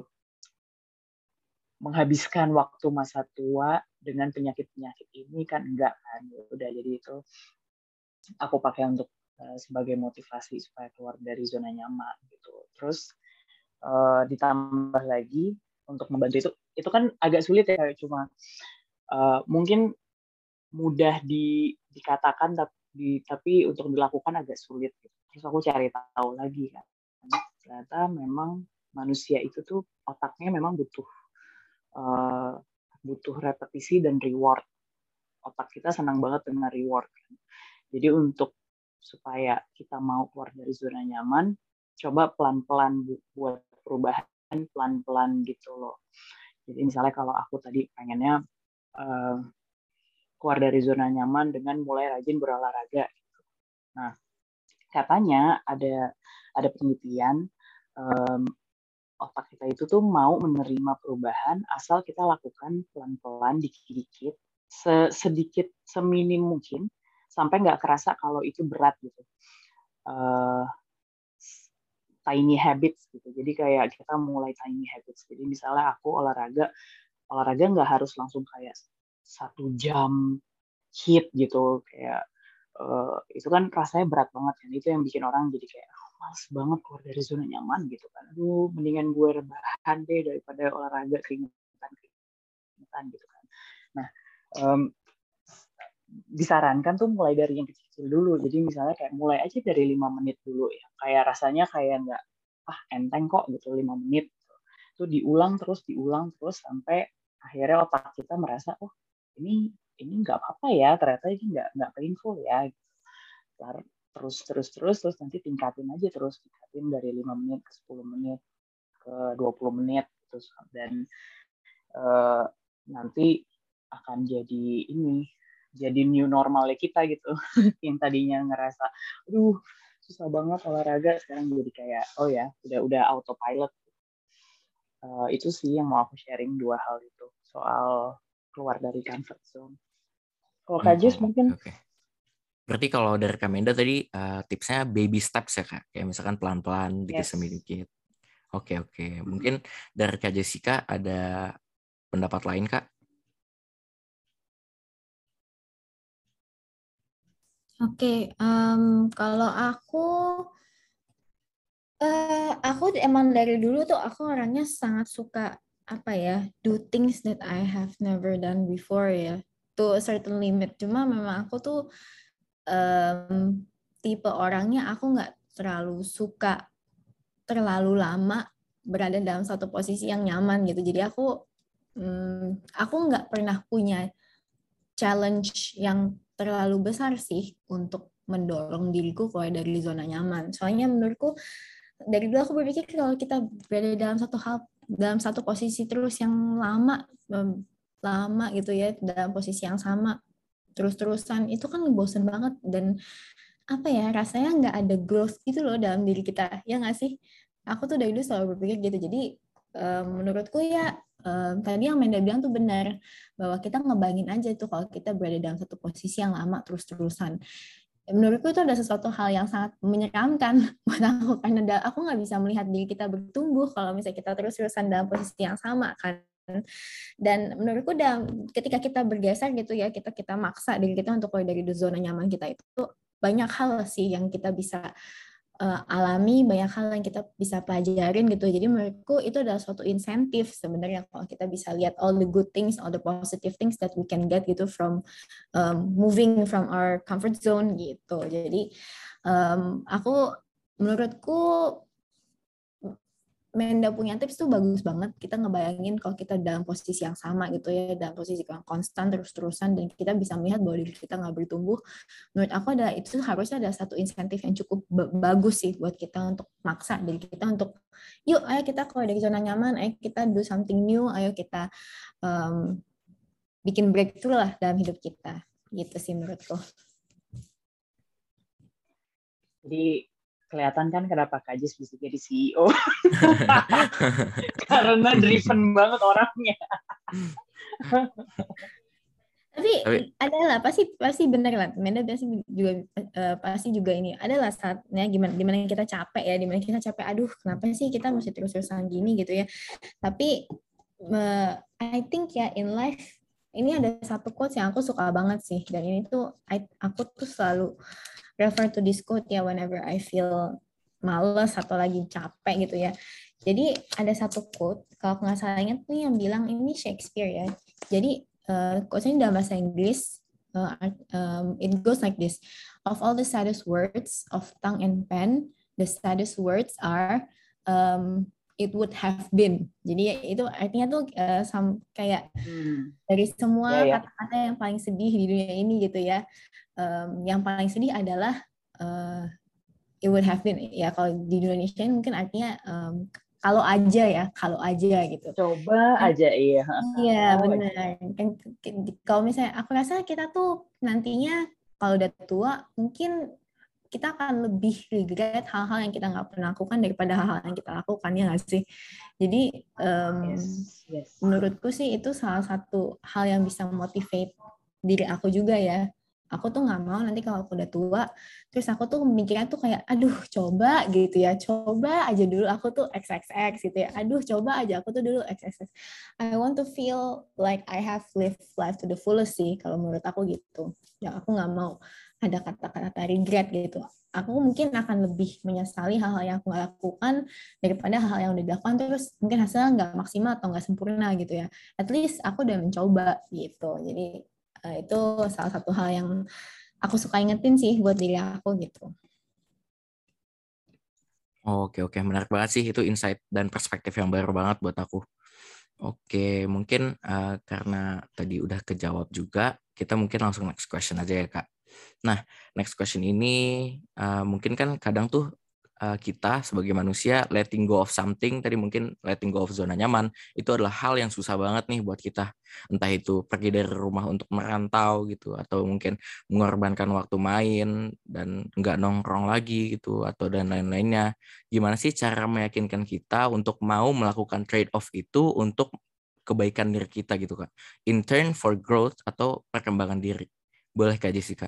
menghabiskan waktu masa tua dengan penyakit-penyakit ini kan enggak kan. Udah jadi itu aku pakai untuk uh, sebagai motivasi supaya keluar dari zona nyaman gitu. Terus uh, ditambah lagi untuk membantu itu, itu kan agak sulit ya kayak cuma uh, mungkin mudah di, dikatakan tapi, tapi untuk dilakukan agak sulit. Gitu. Terus aku cari tahu lagi kan, ternyata memang manusia itu tuh otaknya memang butuh uh, butuh repetisi dan reward. Otak kita senang banget dengan reward. Kan. Jadi untuk supaya kita mau keluar dari zona nyaman, coba pelan-pelan buat perubahan pelan-pelan gitu loh. Jadi misalnya kalau aku tadi pengennya uh, keluar dari zona nyaman dengan mulai rajin berolahraga. Gitu. Nah, katanya ada ada penelitian um, otak kita itu tuh mau menerima perubahan asal kita lakukan pelan-pelan, dikit-dikit, sedikit, seminim mungkin. Sampai nggak kerasa kalau itu berat gitu, uh, tiny habits gitu. Jadi kayak kita mulai tiny habits. Jadi misalnya aku olahraga, olahraga nggak harus langsung kayak satu jam hit gitu. Kayak uh, itu kan rasanya berat banget kan. Itu yang bikin orang jadi kayak oh, males banget keluar dari zona nyaman gitu kan. Aduh, mendingan gue rebahan deh daripada olahraga keringetan keringetan gitu kan. Nah. Um, disarankan tuh mulai dari yang kecil-kecil dulu. Jadi misalnya kayak mulai aja dari lima menit dulu ya. Kayak rasanya kayak nggak, ah enteng kok gitu lima menit. Itu diulang terus, diulang terus sampai akhirnya otak kita merasa, oh ini ini nggak apa-apa ya, ternyata ini nggak nggak painful ya. Terus, terus, terus, terus nanti tingkatin aja terus. Tingkatin dari lima menit ke sepuluh menit, ke dua puluh menit. Terus, dan uh, nanti akan jadi ini, jadi new normalnya kita gitu. Yang tadinya ngerasa aduh susah banget olahraga sekarang jadi kayak oh ya udah udah autopilot. Uh, itu sih yang mau aku sharing dua hal itu soal keluar dari comfort zone. Kalau Kak Jess hmm, mungkin okay. Berarti kalau dari Kak Menda tadi uh, tipsnya baby steps ya Kak, kayak misalkan pelan-pelan dikit yes. demi dikit. Oke oke, mungkin dari Kak Jessica ada pendapat lain Kak? Oke, okay, um, kalau aku, uh, aku emang dari dulu tuh aku orangnya sangat suka apa ya, do things that I have never done before ya, to a certain limit. Cuma memang aku tuh um, tipe orangnya aku nggak terlalu suka terlalu lama berada dalam satu posisi yang nyaman gitu. Jadi aku, um, aku nggak pernah punya challenge yang terlalu besar sih untuk mendorong diriku keluar dari zona nyaman. Soalnya menurutku dari dulu aku berpikir kalau kita berada dalam satu hal, dalam satu posisi terus yang lama, lama gitu ya, dalam posisi yang sama terus-terusan, itu kan bosan banget dan apa ya, rasanya nggak ada growth gitu loh dalam diri kita, ya nggak sih? Aku tuh dari dulu selalu berpikir gitu. Jadi um, menurutku ya Um, tadi yang Menda bilang tuh benar, bahwa kita ngebayangin aja tuh kalau kita berada dalam satu posisi yang lama terus-terusan. menurutku itu ada sesuatu hal yang sangat menyeramkan buat aku, karena aku nggak bisa melihat diri kita bertumbuh kalau misalnya kita terus-terusan dalam posisi yang sama kan. Dan menurutku dalam ketika kita bergeser gitu ya, kita kita maksa diri kita untuk keluar dari zona nyaman kita, itu banyak hal sih yang kita bisa uh, alami, banyak hal yang kita bisa pelajarin gitu. Jadi menurutku itu adalah suatu insentif sebenarnya kalau kita bisa lihat all the good things, all the positive things that we can get gitu from um, moving from our comfort zone gitu. Jadi um, aku menurutku Menda punya tips tuh bagus banget. Kita ngebayangin kalau kita dalam posisi yang sama gitu ya, dalam posisi yang konstan terus-terusan, dan kita bisa melihat bahwa diri kita nggak bertumbuh. Menurut aku ada itu harusnya ada satu insentif yang cukup bagus sih buat kita untuk maksa diri kita untuk, yuk ayo kita keluar dari zona nyaman, ayo kita do something new, ayo kita um, bikin breakthrough lah dalam hidup kita. Gitu sih menurutku. Jadi kelihatan kan kenapa Kak Jess bisa jadi C E O. Karena driven banget orangnya. Tapi, Tapi adalah pasti pasti benar lah. Menda pasti juga uh, pasti juga ini adalah saatnya gimana dimana kita capek ya, dimana kita capek. Aduh, kenapa sih kita mesti terus-terusan gini gitu ya. Tapi uh, I think ya in life ini ada satu quotes yang aku suka banget sih, dan ini tuh I, aku tuh selalu refer to this quote ya whenever I feel males atau lagi capek gitu ya. Jadi ada satu quote, kalau aku nggak salah ingat nih yang bilang, ini Shakespeare ya. Jadi uh, quotes-nya dalam bahasa Inggris, uh, um, it goes like this: of all the saddest words of tongue and pen, the saddest words are um, it would have been. Jadi itu artinya tuh uh, some, kayak hmm. dari semua yeah, yeah. kata-kata yang paling sedih di dunia ini gitu ya. Um, yang paling sedih adalah uh, it would have been, ya kalau di Indonesia mungkin artinya um, kalau aja ya, kalau aja gitu. Coba kan, aja iya. Iya oh, benar. Kan kalau misalnya aku rasa kita tuh nantinya kalau udah tua mungkin kita akan lebih regret hal-hal yang kita nggak pernah lakukan daripada hal-hal yang kita lakukan, ya nggak sih? Jadi um, yes, yes. menurutku sih itu salah satu hal yang bisa motivate diri aku juga ya. Aku tuh nggak mau nanti kalau aku udah tua, terus aku tuh mikirnya tuh kayak, aduh coba gitu ya, coba aja dulu aku tuh X X X gitu ya, aduh coba aja aku tuh dulu X X X. I want to feel like I have lived life to the fullest sih, kalau menurut aku gitu. Ya aku nggak mau ada kata-kata regret gitu. Aku mungkin akan lebih menyesali hal-hal yang aku nggak lakukan daripada hal-hal yang udah dilakukan terus mungkin hasilnya nggak maksimal atau nggak sempurna gitu ya. At least aku udah mencoba gitu. Jadi uh, itu salah satu hal yang aku suka ingetin sih buat diri aku gitu. Oke oke menarik banget sih, itu insight dan perspektif yang baru banget buat aku. Oke mungkin uh, karena tadi udah kejawab juga, kita mungkin langsung next question aja ya Kak. Nah, next question ini uh, mungkin kan kadang tuh uh, kita sebagai manusia letting go of something, tadi mungkin letting go of zona nyaman, itu adalah hal yang susah banget nih buat kita. Entah itu pergi dari rumah untuk merantau gitu, atau mungkin mengorbankan waktu main dan nggak nongkrong lagi gitu, atau dan lain-lainnya. Gimana sih cara meyakinkan kita untuk mau melakukan trade-off itu untuk kebaikan diri kita gitu Kak? In turn for growth atau perkembangan diri. Boleh Kak Jessica?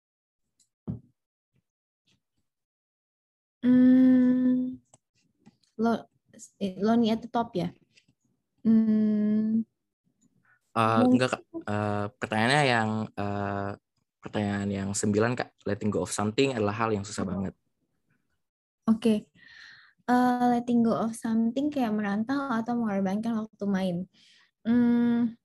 Hmm, lo lonely at the top ya? Hmm, uh, enggak Kak. Uh, pertanyaannya yang uh, pertanyaan yang sembilan Kak. Letting go of something adalah hal yang susah banget. Oke. Okay. Uh, letting go of something kayak merantau atau mengorbankan waktu main. Hmm,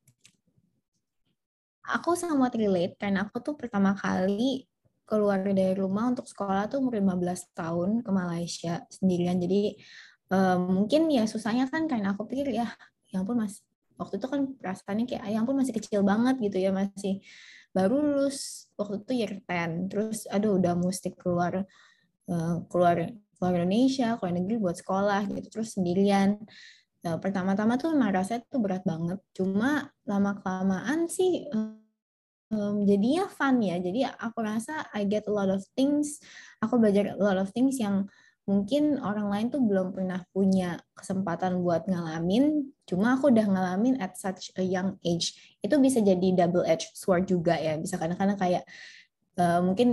aku somewhat relate karena aku tuh pertama kali keluar dari rumah untuk sekolah tuh umur lima belas tahun ke Malaysia sendirian. Jadi um, mungkin ya susahnya kan karena aku pikir ya, ya ampun mas, waktu itu kan perasaannya kayak ya ampun masih kecil banget gitu ya, masih baru lulus waktu itu year ten. Terus aduh udah mesti keluar uh, keluar keluar Indonesia, keluar negeri buat sekolah gitu, terus sendirian. Nah, pertama-tama tuh emang rasanya tuh berat banget. Cuma lama-kelamaan sih um, Um, jadinya fun ya. Jadi aku rasa I get a lot of things. Aku belajar a lot of things yang mungkin orang lain tuh belum pernah punya kesempatan buat ngalamin. Cuma aku udah ngalamin at such a young age. Itu bisa jadi double edged sword juga ya. Bisa kadang-kadang kayak uh, mungkin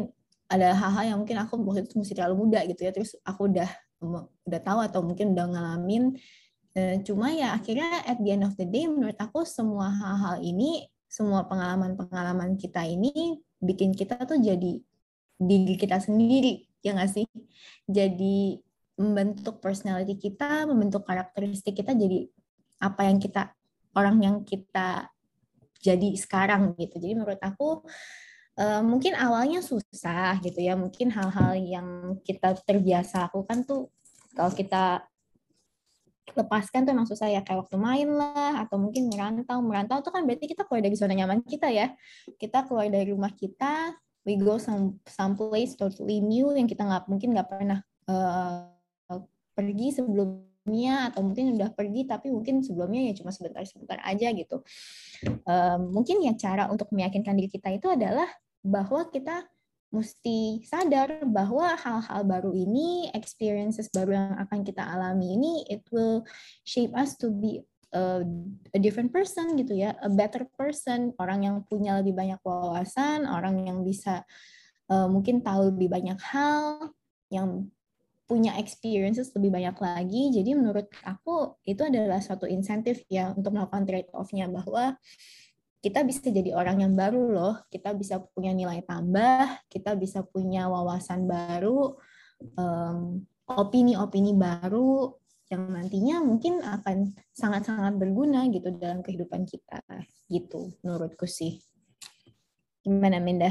ada hal-hal yang mungkin aku waktu itu masih terlalu muda gitu ya, terus aku udah udah tahu atau mungkin udah ngalamin. Cuma ya akhirnya at the end of the day menurut aku semua hal-hal ini, semua pengalaman-pengalaman kita ini bikin kita tuh jadi diri kita sendiri, ya nggak sih? Jadi membentuk personality kita, membentuk karakteristik kita jadi apa yang kita, orang yang kita jadi sekarang gitu. Jadi menurut aku uh, mungkin awalnya susah gitu ya, mungkin hal-hal yang kita terbiasa lakukan tuh kalau kita lepaskan tuh emang susah ya, kayak waktu main lah, atau mungkin merantau. Merantau tuh kan berarti kita keluar dari zona nyaman kita ya. Kita keluar dari rumah kita, we go some some place totally new yang kita nggak mungkin nggak pernah uh, pergi sebelumnya, atau mungkin udah pergi tapi mungkin sebelumnya ya cuma sebentar-sebentar aja gitu. Uh, mungkin ya cara untuk meyakinkan diri kita itu adalah bahwa kita mesti sadar bahwa hal-hal baru ini, experiences baru yang akan kita alami ini, it will shape us to be a, a different person gitu ya, a better person, orang yang punya lebih banyak wawasan, orang yang bisa uh, mungkin tahu lebih banyak hal, yang punya experiences lebih banyak lagi. Jadi menurut aku itu adalah suatu insentif ya untuk melakukan trade-off-nya, bahwa kita bisa jadi orang yang baru loh, kita bisa punya nilai tambah, kita bisa punya wawasan baru, um, opini-opini baru yang nantinya mungkin akan sangat-sangat berguna gitu dalam kehidupan kita, gitu menurutku sih. Gimana Menda?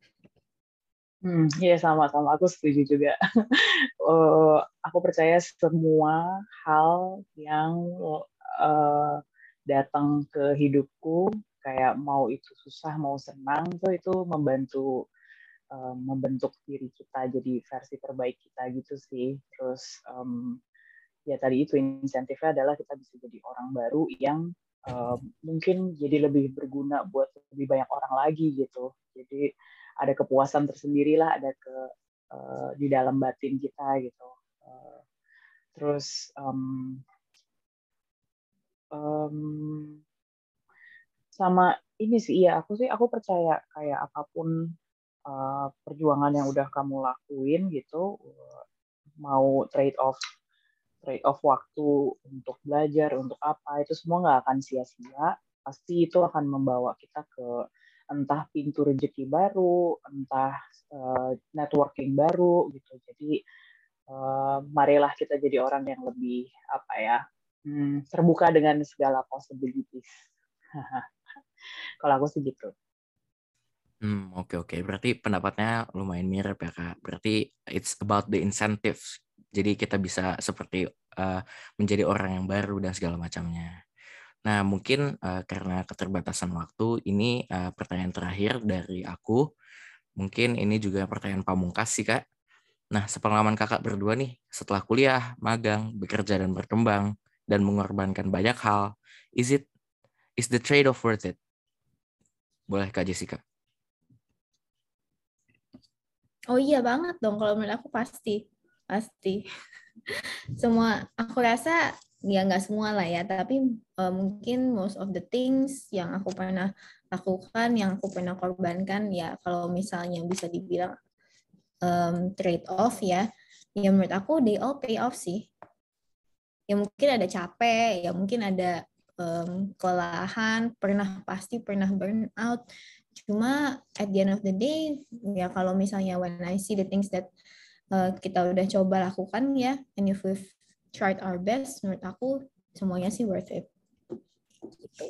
Hmm, iya sama-sama, aku setuju juga. uh, aku percaya semua hal yang uh, datang ke hidupku, kayak mau itu susah mau senang tuh itu membantu um, membentuk diri kita jadi versi terbaik kita gitu sih. Terus um, ya tadi itu insentifnya adalah kita bisa jadi orang baru yang um, mungkin jadi lebih berguna buat lebih banyak orang lagi gitu. Jadi ada kepuasan tersendiri lah, ada ke uh, di dalam batin kita gitu. Uh, terus um, um, sama ini sih, iya aku sih aku percaya kayak apapun uh, perjuangan yang udah kamu lakuin gitu, uh, mau trade off trade off waktu untuk belajar untuk apa, itu semua nggak akan sia-sia, pasti itu akan membawa kita ke entah pintu rezeki baru, entah uh, networking baru gitu. Jadi uh, marilah kita jadi orang yang lebih apa ya, hmm, terbuka dengan segala possibilities. Kalau aku sih gitu. Hmm, oke oke. Berarti pendapatnya lumayan mirip ya Kak. Berarti it's about the incentives. Jadi kita bisa seperti uh, menjadi orang yang baru dan segala macamnya. Nah mungkin uh, karena keterbatasan waktu, ini uh, pertanyaan terakhir dari aku. Mungkin ini juga pertanyaan pamungkas sih Kak. Nah sepengalaman Kakak berdua nih, setelah kuliah, magang, bekerja dan berkembang, dan mengorbankan banyak hal, is it is the trade-off worth it? Boleh Kak Jessica? Oh iya banget dong, kalau menurut aku pasti. Pasti. Semua, aku rasa ya nggak semua lah ya, tapi uh, mungkin most of the things yang aku pernah lakukan, yang aku pernah korbankan, ya kalau misalnya bisa dibilang um, trade off ya, ya menurut aku they all pay off sih. Ya mungkin ada capek, ya mungkin ada um, kelelahan, pernah pasti pernah burn out. Cuma at the end of the day, ya kalau misalnya when I see the things that uh, kita udah coba lakukan ya, and if we've tried our best, menurut aku semuanya sih worth it. Gitu.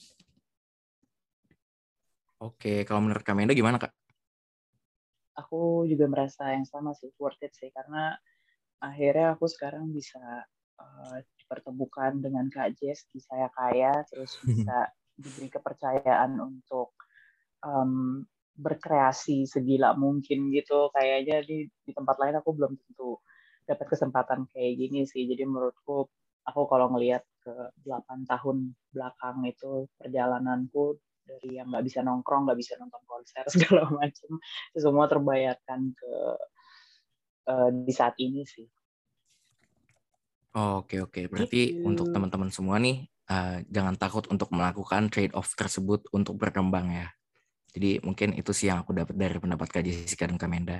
Oke, kalau menurut Kak Menda gimana Kak? Aku juga merasa yang sama sih, worth it sih, karena akhirnya aku sekarang bisa uh, dipertemukan dengan Kak Jess di Saya Kaya, terus bisa diberi kepercayaan untuk um, berkreasi segila mungkin gitu. Kayaknya di, di tempat lain aku belum tentu dapat kesempatan kayak gini sih. Jadi menurutku, aku kalau ngelihat ke delapan tahun belakang itu perjalananku, dari yang nggak bisa nongkrong, nggak bisa nonton konser segala macam, itu semua terbayarkan ke uh, di saat ini sih. Oh, oke oke. Berarti Gitu. untuk teman-teman semua nih, uh, jangan takut untuk melakukan trade off tersebut untuk berkembang ya. Jadi mungkin itu sih yang aku dapat dari pendapat Kak Jessica dan Kak Menda.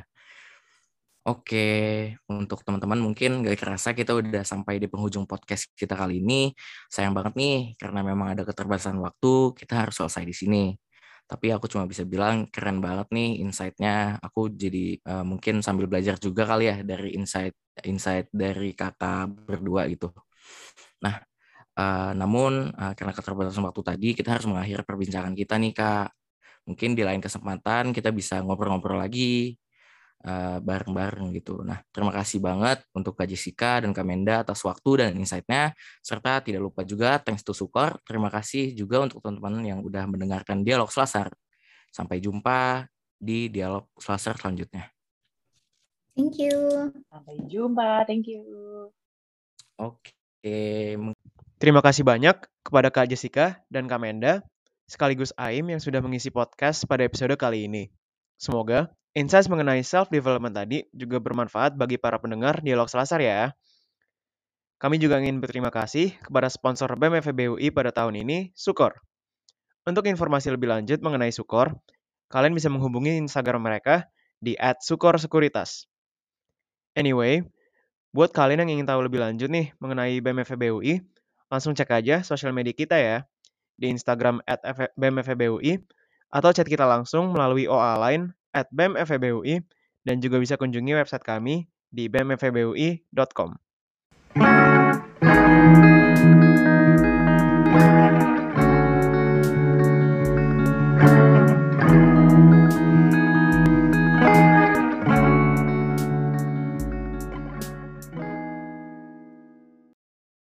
Oke, untuk teman-teman mungkin gak kerasa kita udah sampai di penghujung podcast kita kali ini. Sayang banget nih, karena memang ada keterbatasan waktu, kita harus selesai di sini. Tapi aku cuma bisa bilang keren banget nih insight-nya. Aku jadi uh, mungkin sambil belajar juga kali ya dari insight insight dari kakak berdua gitu. Nah, uh, namun uh, karena keterbatasan waktu tadi, kita harus mengakhiri perbincangan kita nih Kak. Mungkin di lain kesempatan kita bisa ngobrol-ngobrol lagi uh, bareng-bareng gitu. Nah, terima kasih banget untuk Kak Jessica dan Kak Menda atas waktu dan insight-nya. Serta tidak lupa juga thanks to Sukor. Terima kasih juga untuk teman-teman yang udah mendengarkan Dialog Selasar. Sampai jumpa di Dialog Selasar selanjutnya. Thank you. Sampai jumpa. Thank you. Oke. Terima kasih banyak kepada Kak Jessica dan Kak Menda, sekaligus Aim yang sudah mengisi podcast pada episode kali ini. Semoga insights mengenai self-development tadi juga bermanfaat bagi para pendengar Dialog Selasar ya. Kami juga ingin berterima kasih kepada sponsor B E M F E B U I pada tahun ini, Sukor. Untuk informasi lebih lanjut mengenai Sukor, kalian bisa menghubungi Instagram mereka di at sukor sekuritas. Anyway, buat kalian yang ingin tahu lebih lanjut nih mengenai B E M F E B U I, langsung cek aja sosial media kita ya, di Instagram at B E M F E B U I, atau chat kita langsung melalui O A line at B E M F E B U I, dan juga bisa kunjungi website kami di b m f e b u i dot com.